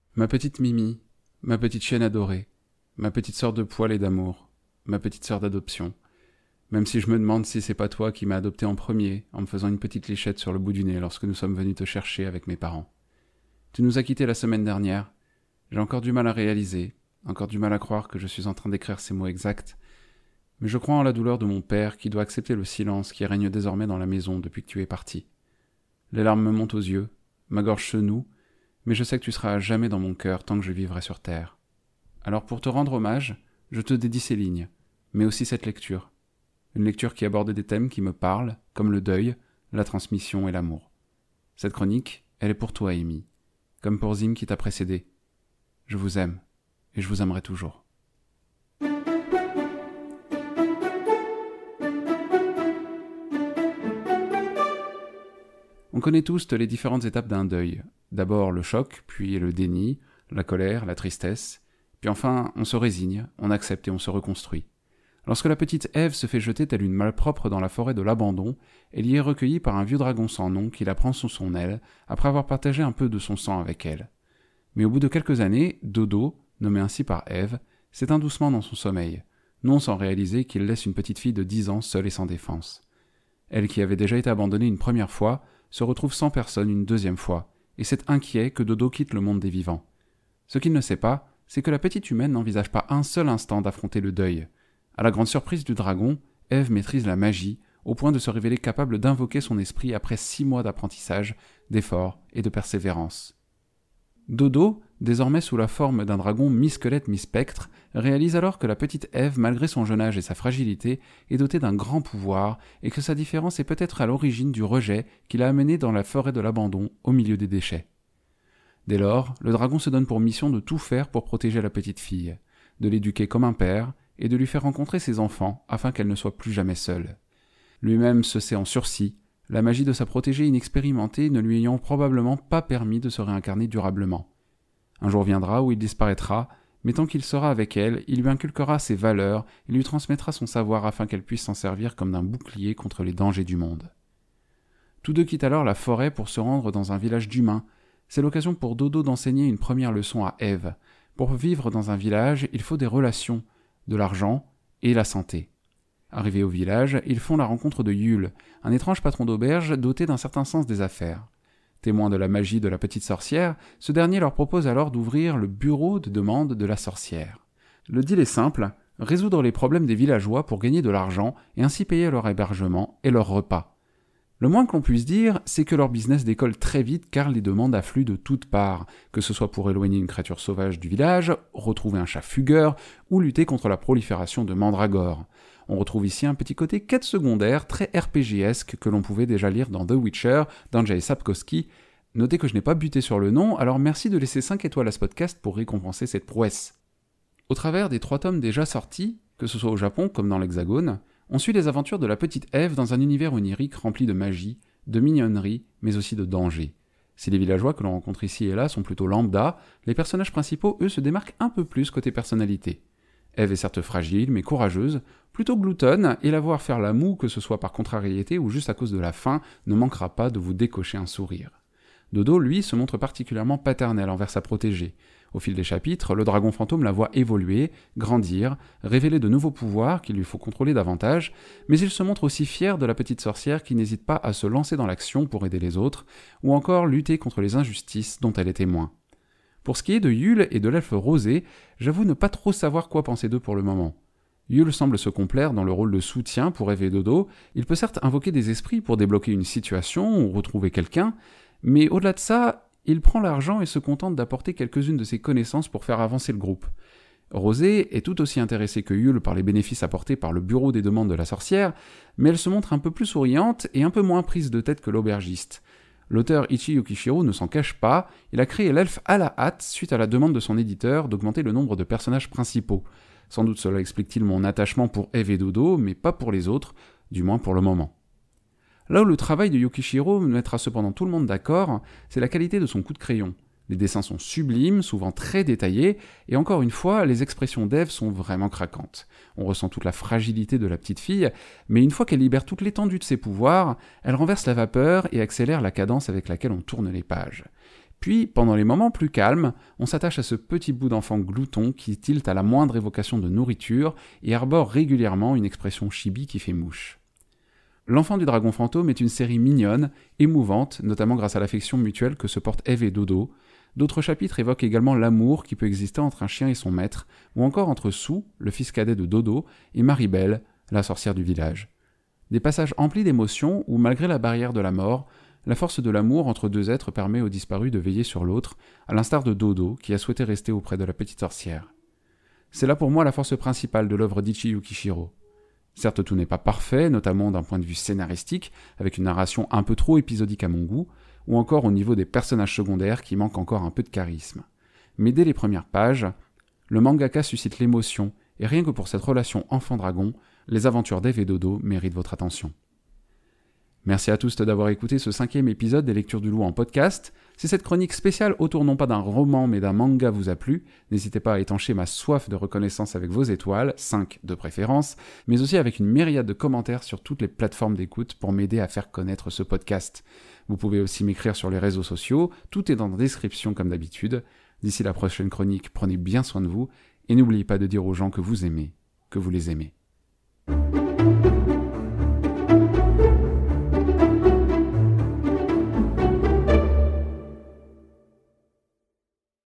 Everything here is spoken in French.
Ma petite Mimi, ma petite chienne adorée, ma petite sœur de poil et d'amour, ma petite sœur d'adoption. Même si je me demande si c'est pas toi qui m'as adopté en premier, en me faisant une petite lichette sur le bout du nez lorsque nous sommes venus te chercher avec mes parents. Tu nous as quittés la semaine dernière. J'ai encore du mal à réaliser, encore du mal à croire que je suis en train d'écrire ces mots exacts, mais je crois en la douleur de mon père qui doit accepter le silence qui règne désormais dans la maison depuis que tu es parti. Les larmes me montent aux yeux, ma gorge se noue, mais je sais que tu seras à jamais dans mon cœur tant que je vivrai sur terre. Alors pour te rendre hommage, je te dédie ces lignes, mais aussi cette lecture. Une lecture qui aborde des thèmes qui me parlent, comme le deuil, la transmission et l'amour. Cette chronique, elle est pour toi, Amy, comme pour Zim qui t'a précédé. Je vous aime, et je vous aimerai toujours. On connaît tous les différentes étapes d'un deuil. D'abord le choc, puis le déni, la colère, la tristesse, puis enfin on se résigne, on accepte et on se reconstruit. Lorsque la petite Ève se fait jeter telle une malpropre dans la forêt de l'abandon, elle y est recueillie par un vieux dragon sans nom qui la prend sous son aile, après avoir partagé un peu de son sang avec elle. Mais au bout de quelques années, Dodo, nommé ainsi par Ève, s'éteint doucement dans son sommeil, non sans réaliser qu'il laisse une petite fille de 10 ans seule et sans défense. Elle qui avait déjà été abandonnée une première fois, se retrouve sans personne une deuxième fois, et c'est inquiet que Dodo quitte le monde des vivants. Ce qu'il ne sait pas, c'est que la petite humaine n'envisage pas un seul instant d'affronter le deuil. À la grande surprise du dragon, Ève maîtrise la magie, au point de se révéler capable d'invoquer son esprit après 6 mois d'apprentissage, d'efforts et de persévérance. Dodo, désormais sous la forme d'un dragon mi-squelette mi-spectre, réalise alors que la petite Ève, malgré son jeune âge et sa fragilité, est dotée d'un grand pouvoir et que sa différence est peut-être à l'origine du rejet qui l'a amenée dans la forêt de l'abandon, au milieu des déchets. Dès lors, le dragon se donne pour mission de tout faire pour protéger la petite fille, de l'éduquer comme un père et de lui faire rencontrer ses enfants afin qu'elle ne soit plus jamais seule. Lui-même se sait en sursis, la magie de sa protégée inexpérimentée ne lui ayant probablement pas permis de se réincarner durablement. Un jour viendra où il disparaîtra, mais tant qu'il sera avec elle, il lui inculquera ses valeurs et lui transmettra son savoir afin qu'elle puisse s'en servir comme d'un bouclier contre les dangers du monde. Tous deux quittent alors la forêt pour se rendre dans un village d'humains. C'est l'occasion pour Dodo d'enseigner une première leçon à Ève. Pour vivre dans un village, il faut des relations, de l'argent et la santé. Arrivés au village, ils font la rencontre de Yule, un étrange patron d'auberge doté d'un certain sens des affaires. Témoin de la magie de la petite sorcière, ce dernier leur propose alors d'ouvrir le bureau de demande de la sorcière. Le deal est simple, résoudre les problèmes des villageois pour gagner de l'argent et ainsi payer leur hébergement et leur repas. Le moins que l'on puisse dire, c'est que leur business décolle très vite car les demandes affluent de toutes parts, que ce soit pour éloigner une créature sauvage du village, retrouver un chat fugueur ou lutter contre la prolifération de mandragores. On retrouve ici un petit côté quête secondaire très RPG-esque que l'on pouvait déjà lire dans The Witcher d'Andrzej Sapkowski. Notez que je n'ai pas buté sur le nom, alors merci de laisser 5 étoiles à ce podcast pour récompenser cette prouesse. Au travers des 3 tomes déjà sortis, que ce soit au Japon comme dans l'Hexagone, on suit les aventures de la petite Ève dans un univers onirique rempli de magie, de mignonnerie, mais aussi de danger. Si les villageois que l'on rencontre ici et là sont plutôt lambda, les personnages principaux, eux, se démarquent un peu plus côté personnalité. Ève est certes fragile, mais courageuse, plutôt gloutonne, et la voir faire la moue, que ce soit par contrariété ou juste à cause de la faim, ne manquera pas de vous décocher un sourire. Dodo, lui, se montre particulièrement paternel envers sa protégée. Au fil des chapitres, le dragon fantôme la voit évoluer, grandir, révéler de nouveaux pouvoirs qu'il lui faut contrôler davantage, mais il se montre aussi fier de la petite sorcière qui n'hésite pas à se lancer dans l'action pour aider les autres, ou encore lutter contre les injustices dont elle est témoin. Pour ce qui est de Yule et de l'elfe rosé, j'avoue ne pas trop savoir quoi penser d'eux pour le moment. Yule semble se complaire dans le rôle de soutien pour Ève et Dodo, il peut certes invoquer des esprits pour débloquer une situation ou retrouver quelqu'un, mais au-delà de ça, il prend l'argent et se contente d'apporter quelques-unes de ses connaissances pour faire avancer le groupe. Rosé est tout aussi intéressée que Yule par les bénéfices apportés par le bureau des demandes de la sorcière, mais elle se montre un peu plus souriante et un peu moins prise de tête que l'aubergiste. L'auteur Ichi Yukishiro ne s'en cache pas, il a créé l'elfe à la hâte suite à la demande de son éditeur d'augmenter le nombre de personnages principaux. Sans doute cela explique-t-il mon attachement pour Ève et Dodo, mais pas pour les autres, du moins pour le moment. Là où le travail de Yukishiro mettra cependant tout le monde d'accord, c'est la qualité de son coup de crayon. Les dessins sont sublimes, souvent très détaillés, et encore une fois, les expressions d'Ève sont vraiment craquantes. On ressent toute la fragilité de la petite fille, mais une fois qu'elle libère toute l'étendue de ses pouvoirs, elle renverse la vapeur et accélère la cadence avec laquelle on tourne les pages. Puis, pendant les moments plus calmes, on s'attache à ce petit bout d'enfant glouton qui tilte à la moindre évocation de nourriture et arbore régulièrement une expression chibi qui fait mouche. L'Enfant du Dragon Fantôme est une série mignonne, émouvante, notamment grâce à l'affection mutuelle que se portent Eve et Dodo. D'autres chapitres évoquent également l'amour qui peut exister entre un chien et son maître, ou encore entre Sou, le fils cadet de Dodo, et Maribel, la sorcière du village. Des passages emplis d'émotions où, malgré la barrière de la mort, la force de l'amour entre deux êtres permet au disparu de veiller sur l'autre, à l'instar de Dodo qui a souhaité rester auprès de la petite sorcière. C'est là pour moi la force principale de l'œuvre d'Ichi Yukishiro. Certes, tout n'est pas parfait, notamment d'un point de vue scénaristique, avec une narration un peu trop épisodique à mon goût, ou encore au niveau des personnages secondaires qui manquent encore un peu de charisme. Mais dès les premières pages, le mangaka suscite l'émotion, et rien que pour cette relation enfant-dragon, les aventures d'Eve et Dodo méritent votre attention. Merci à tous d'avoir écouté ce 5e épisode des Lectures du Loup en podcast. Si cette chronique spéciale autour non pas d'un roman mais d'un manga vous a plu, n'hésitez pas à étancher ma soif de reconnaissance avec vos étoiles, 5 de préférence, mais aussi avec une myriade de commentaires sur toutes les plateformes d'écoute pour m'aider à faire connaître ce podcast. Vous pouvez aussi m'écrire sur les réseaux sociaux, tout est dans la description comme d'habitude. D'ici la prochaine chronique, prenez bien soin de vous et n'oubliez pas de dire aux gens que vous aimez, que vous les aimez.